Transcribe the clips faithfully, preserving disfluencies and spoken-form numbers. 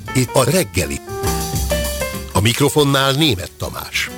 Itt a reggeli. A mikrofonnál Németh Tamás.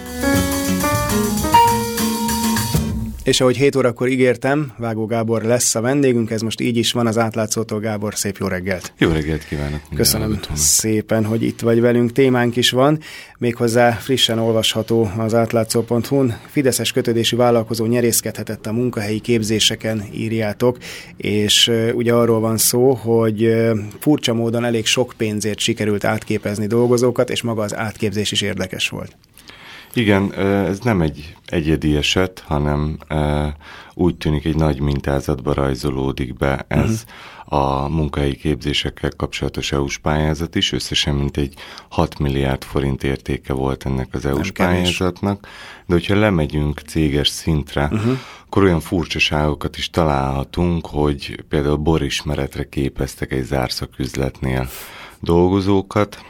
És ahogy hét órakor ígértem, Vágó Gábor lesz a vendégünk, ez most így is van, az átlátszótól. Gábor, szép jó reggelt! Jó reggelt kívánok! Köszönöm szépen, hogy itt vagy velünk, témánk is van, méghozzá frissen olvasható az átlátszó pont hu-n. Fideszes kötődésű vállalkozó nyerészkedhetett a munkahelyi képzéseken, írjátok, és uh, ugye arról van szó, hogy uh, furcsa módon elég sok pénzért sikerült átképezni dolgozókat, és maga az átképzés is érdekes volt. Igen, ez nem egy egyedi eset, hanem úgy tűnik egy nagy mintázatba rajzolódik be ez uh-huh. a munkahelyi képzésekkel kapcsolatos é u-s pályázat is. Összesen mintegy hat milliárd forint értéke volt ennek az é u-s pályázatnak. De hogyha lemegyünk céges szintre, uh-huh. akkor olyan furcsaságokat is találhatunk, hogy például borismeretre képeztek egy zárszaküzletnél dolgozókat,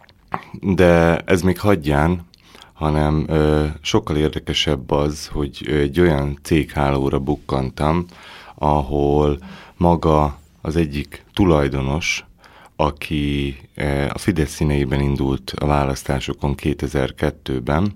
de ez még hagyján, hanem ö, sokkal érdekesebb az, hogy egy olyan céghálóra bukkantam, ahol maga az egyik tulajdonos, aki ö, a Fidesz színeiben indult a választásokon kétezer-kettőben,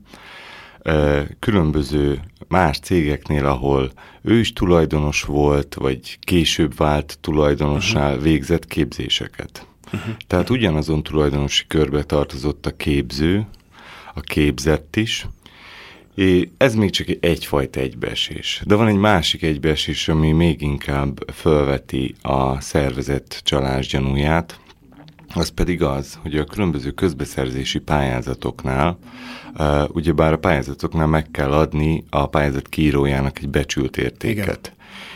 ö, különböző más cégeknél, ahol ő is tulajdonos volt, vagy később vált tulajdonossá, uh-huh. végzett képzéseket. Uh-huh. Tehát ugyanazon tulajdonosi körbe tartozott a képző, a képzett is, és ez még csak egyfajta egybeesés. De van egy másik egybeesés, ami még inkább felveti a szervezett csalás gyanúját, az pedig az, hogy a különböző közbeszerzési pályázatoknál, uh, ugyebár a pályázatoknál meg kell adni a pályázat kiírójának egy becsült értéket. Igen.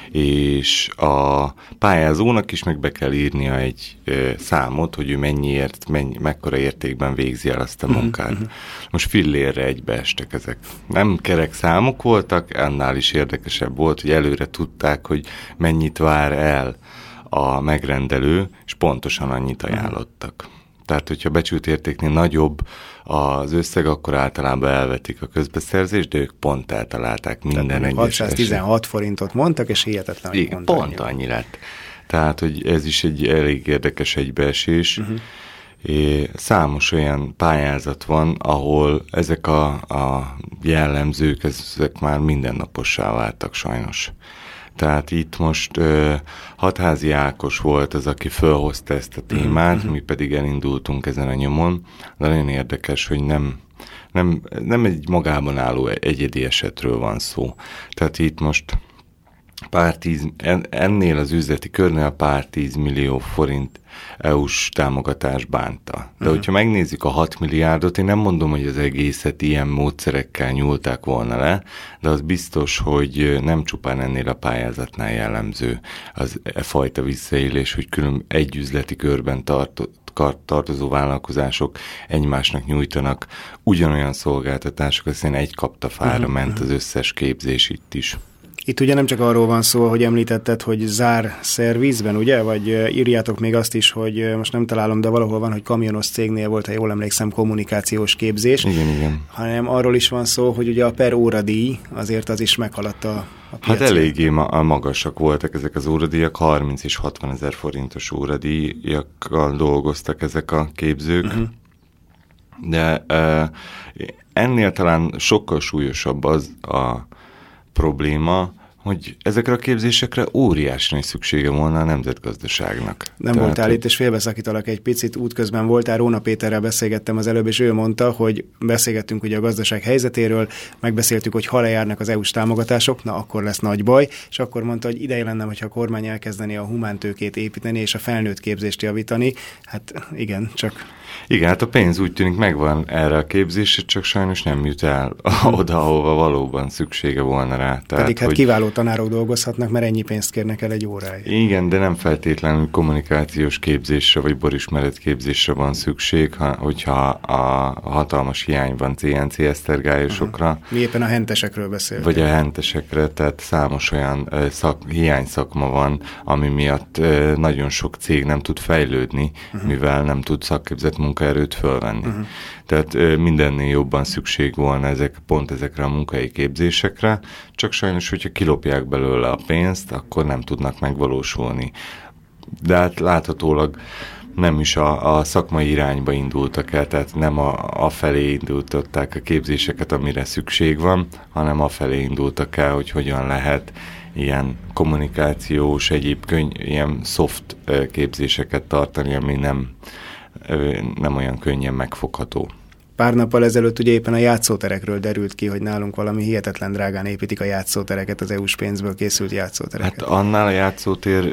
És a pályázónak is meg be kell írnia egy ö, számot, hogy ő mennyiért, mennyi, mekkora értékben végzi el azt a munkát. Uh-huh. Most fillérre egybeestek ezek. Nem kerek számok voltak, annál is érdekesebb volt, hogy előre tudták, hogy mennyit vár el a megrendelő, és pontosan annyit ajánlottak. Uh-huh. Tehát, hogyha becsült értéknél nagyobb az összeg, akkor általában elvetik a közbeszerzést, de ők pont eltalálták minden egyes hatszáztizenhat forintot mondtak, és hihetetlen, hogy igen, pont, pont annyi lett. Tehát, hogy ez is egy elég érdekes egybeesés. Uh-huh. É, számos olyan pályázat van, ahol ezek a, a jellemzők, ezek már mindennapossá váltak sajnos. Tehát itt most uh, Hatházi Ákos volt az, aki felhozta ezt a témát, uh-huh. mi pedig elindultunk ezen a nyomon, de nagyon érdekes, hogy nem, nem, nem egy magában álló egyedi esetről van szó. Tehát itt most pár tíz, ennél az üzleti körnél pár tíz millió forint é u-s támogatás bánta. De uh-huh. hogyha megnézzük a hat milliárdot, én nem mondom, hogy az egészet ilyen módszerekkel nyúlták volna le, de az biztos, hogy nem csupán ennél a pályázatnál jellemző az e fajta visszaélés, hogy külön egy üzleti körben tartott tartozó vállalkozások egymásnak nyújtanak ugyanolyan szolgáltatásokat, hiszen egy kaptafára uh-huh. ment az összes képzés itt is. Itt ugye nem csak arról van szó, hogy említetted, hogy zár szervizben, ugye? Vagy írjátok még azt is, hogy most nem találom, de valahol van, hogy kamionos cégnél volt, ha jól emlékszem, kommunikációs képzés. Igen, igen. Hanem arról is van szó, hogy ugye a per óradíj, azért az is meghaladta a piacon. Hát eléggé ma- magasak voltak ezek az óradíjak, harminc és hatvan ezer forintos óradíjakkal dolgoztak ezek a képzők. Uh-huh. De uh, ennél talán sokkal súlyosabb az a probléma, hogy ezekre a képzésekre óriási szüksége volna a nemzetgazdaságnak. Nem Tehát, voltál itt, és félbeszakítalak egy picit, útközben voltál, Róna Péterrel beszélgettem az előbb, és ő mondta, hogy beszélgettünk ugye a gazdaság helyzetéről, megbeszéltük, hogy ha lejárnak az é u-s támogatások, na akkor lesz nagy baj, és akkor mondta, hogy ideje lenne, hogyha a kormány elkezdené a humántőkét építeni, és a felnőtt képzést javítani. Hát igen, csak... Igen, hát a pénz úgy tűnik megvan erre a képzésre, csak sajnos nem jut el oda, ahova valóban szüksége volna rá. Tehát, Pedig hát hogy... kiváló tanárok dolgozhatnak, mert ennyi pénzt kérnek el egy óráért. Igen, de nem feltétlenül kommunikációs képzésre, vagy borismeret képzésre van szükség, ha, hogyha a hatalmas hiány van cé en cé esztergályosokra. Uh-huh. Mi éppen a hentesekről beszéltünk. Vagy a hentesekre, tehát számos olyan uh, szak, hiány szakma van, ami miatt uh, nagyon sok cég nem tud fejlődni, uh-huh. mivel nem tud szakképzett munkaerőt fölvenni. Uh-huh. Tehát ö, mindennél jobban szükség volna ezek, pont ezekre a munkai képzésekre, csak sajnos, hogyha kilopják belőle a pénzt, akkor nem tudnak megvalósulni. De hát láthatólag nem is a, a szakmai irányba indultak el, tehát nem a, a felé indultatták a képzéseket, amire szükség van, hanem a felé indultak el, hogy hogyan lehet ilyen kommunikációs, egyéb könny, ilyen soft képzéseket tartani, ami nem, nem olyan könnyen megfogható. Pár nappal ezelőtt ugye éppen a játszóterekről derült ki, hogy nálunk valami hihetetlen drágán építik a játszótereket, az é u-s pénzből készült játszótereket. Hát annál a játszótér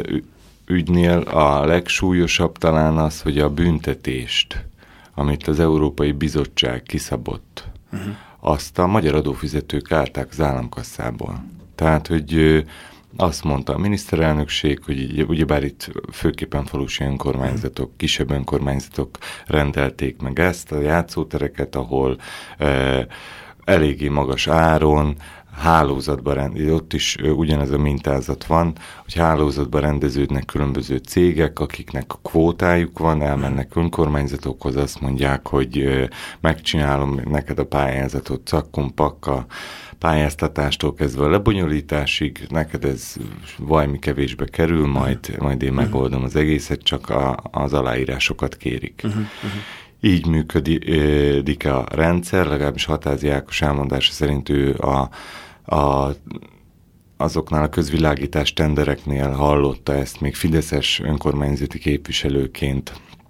ügynél a legsúlyosabb talán az, hogy a büntetést, amit az Európai Bizottság kiszabott, uh-huh. azt a magyar adófizetők állták az államkasszából. Tehát, hogy azt mondta a miniszterelnökség, hogy ugyebár itt főképpen falusi önkormányzatok, kisebb önkormányzatok rendelték meg ezt a játszótereket, ahol eh, eléggé magas áron, hálózatban rendeződnek, ott is ö, ugyanez a mintázat van, hogy hálózatban rendeződnek különböző cégek, akiknek a kvótájuk van, elmennek önkormányzatokhoz, azt mondják, hogy ö, megcsinálom neked a pályázatot cakkumpakka, pályáztatástól kezdve a lebonyolításig, neked ez valami kevésbe kerül, majd, majd én megoldom az egészet, csak a, az aláírásokat kérik. Uh-huh, uh-huh. Így működik a rendszer, legalábbis Hatázi Ákos elmondása szerint ő a, a, azoknál a közvilágítás tendereknél hallotta ezt még fideszes önkormányzati képviselőként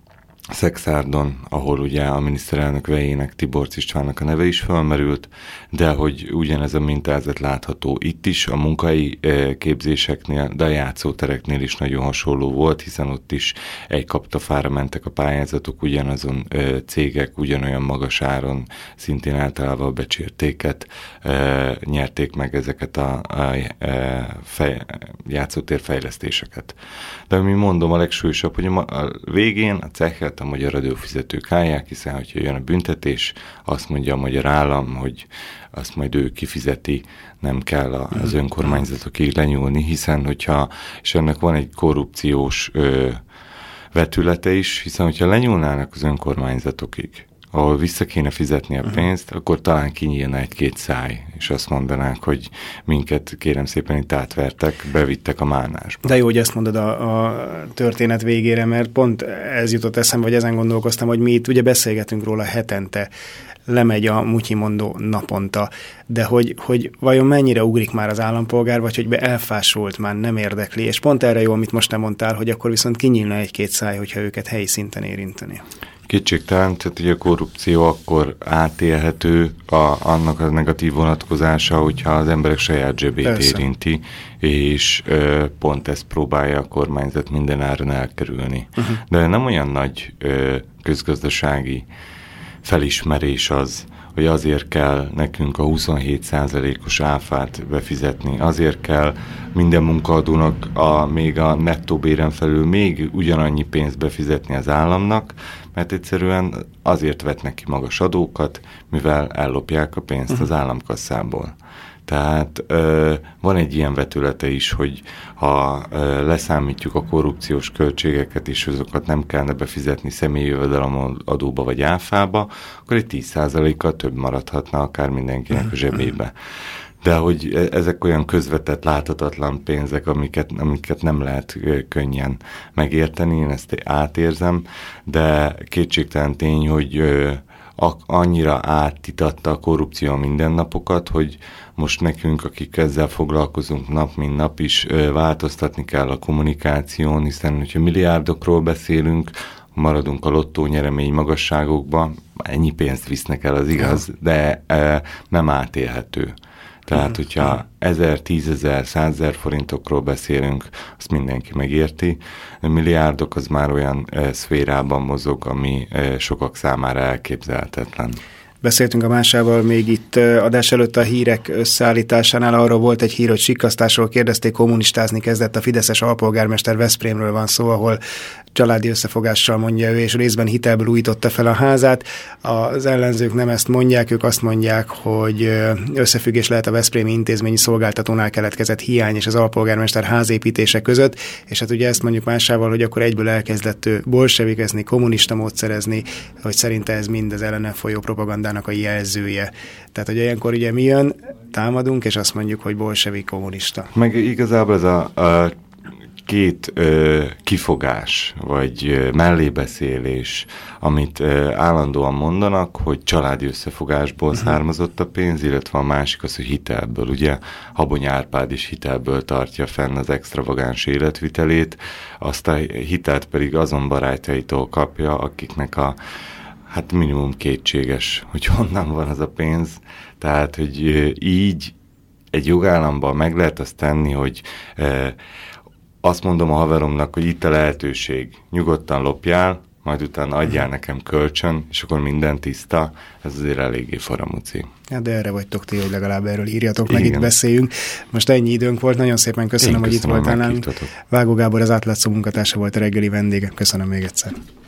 Szekszárdon, ahol ugye a miniszterelnök vejének, Tiborcs Istvánnak a neve is felmerült, de hogy ugyanez a mintázat látható itt is, a munkai képzéseknél, de a játszótereknél is nagyon hasonló volt, hiszen ott is egy kaptafára mentek a pályázatok, ugyanazon cégek, ugyanolyan magas áron, szintén általában a becsértéket nyerték meg ezeket a, a, a fej, játszótérfejlesztéseket. De mi mondom, a legsúlyosabb, hogy a végén a cechet a magyar adófizetők állják, hiszen hogyha jön a büntetés, azt mondja a magyar állam, hogy azt majd ő kifizeti, nem kell az önkormányzatokig lenyúlni, hiszen hogyha, és ennek van egy korrupciós ö, vetülete is, hiszen hogyha lenyúlnának az önkormányzatokig, ahol vissza kéne fizetni a pénzt, uh-huh. akkor talán kinyílna egy-két száj, és azt mondanák, hogy minket kérem szépen itt átvertek, bevittek a málnásba. De jó, hogy ezt mondod a, a történet végére, mert pont ez jutott eszembe, vagy ezen gondolkoztam, hogy mi itt ugye beszélgetünk róla hetente, lemegy a mutyimondó naponta, de hogy, hogy vajon mennyire ugrik már az állampolgár, vagy hogy be elfásult, már nem érdekli, és pont erre jó, amit most nem mondtál, hogy akkor viszont kinyílna egy-két száj, hogyha őket helyi szinten érinteni. Kétségtelen, tehát ugye a korrupció akkor átélhető a, annak a negatív vonatkozása, hogyha az emberek saját zsebét Persze. érinti, és ö, pont ezt próbálja a kormányzat minden áron elkerülni. Uh-huh. De nem olyan nagy ö, közgazdasági felismerés az, hogy azért kell nekünk a huszonhét százalékos áfát befizetni, azért kell minden munkaadónak a, még a nettó béren felül még ugyanannyi pénzt befizetni az államnak, mert egyszerűen azért vetnek ki magas adókat, mivel ellopják a pénzt uh-huh. az államkasszából. Tehát ö, van egy ilyen vetülete is, hogy ha ö, leszámítjuk a korrupciós költségeket, és azokat nem kellene befizetni személyi jövedelemadóba vagy áfába, akkor egy tíz százalékkal több maradhatna akár mindenkinek a zsebébe. De hogy ezek olyan közvetett, láthatatlan pénzek, amiket, amiket nem lehet könnyen megérteni, én ezt átérzem, de kétségtelen tény, hogy ö, annyira áttitatta a korrupció a mindennapokat, hogy most nekünk, akik ezzel foglalkozunk nap, mint nap is, változtatni kell a kommunikáción, hiszen hogyha milliárdokról beszélünk, maradunk a lottó nyeremény magasságokba, ennyi pénzt visznek el, az igaz, de e, nem átélhető. Tehát, hogyha ezer, tízezer, százezer forintokról beszélünk, azt mindenki megérti. A milliárdok az már olyan e, szférában mozog, ami e, sokak számára elképzelhetetlen. Beszéltünk a másával még itt adás előtt a hírek összeállításánál, arról volt egy hír, hogy sikkasztásról kérdezték, kommunistázni kezdett a fideszes alpolgármester, Veszprémről van szó, ahol családi összefogással mondja ő, és részben hitelből újította fel a házát. Az ellenzők nem ezt mondják, ők azt mondják, hogy összefüggés lehet a veszprémi intézményi szolgáltatónál keletkezett hiány és az alpolgármester házépítése között, és hát ugye ezt mondjuk másával, hogy akkor egyből elkezdett ő bolsevikezni, kommunista módszerezni, hogy szerinte ez mind az ellene folyó propagandának a jelzője. Tehát, hogy ilyenkor ugye mi jön, támadunk, és azt mondjuk, hogy bolsevik kommunista. Meg igazából ez a, a egy-két ö, kifogás, vagy ö, mellébeszélés, amit ö, állandóan mondanak, hogy családi összefogásból uh-huh. származott a pénz, illetve a másik az, hogy hitelből. Ugye Habony Árpád is hitelből tartja fenn az extravagáns életvitelét, azt a hitelt pedig azon barátaitól kapja, akiknek a hát minimum kétséges, hogy honnan van az a pénz. Tehát, hogy így egy jogállamban meg lehet azt tenni, hogy e, azt mondom a haveromnak, hogy itt a lehetőség, nyugodtan lopjál, majd utána adjál nekem kölcsön, és akkor minden tiszta, ez azért eléggé faramuci. Ja, de erre vagytok ti, hogy legalább erről írjatok, meg itt beszéljünk. Most ennyi időnk volt, nagyon szépen köszönöm, Én hogy köszönöm, itt voltál nálunk. Vágó Gábor, az Átlátszó munkatársa volt a reggeli vendége. Köszönöm még egyszer.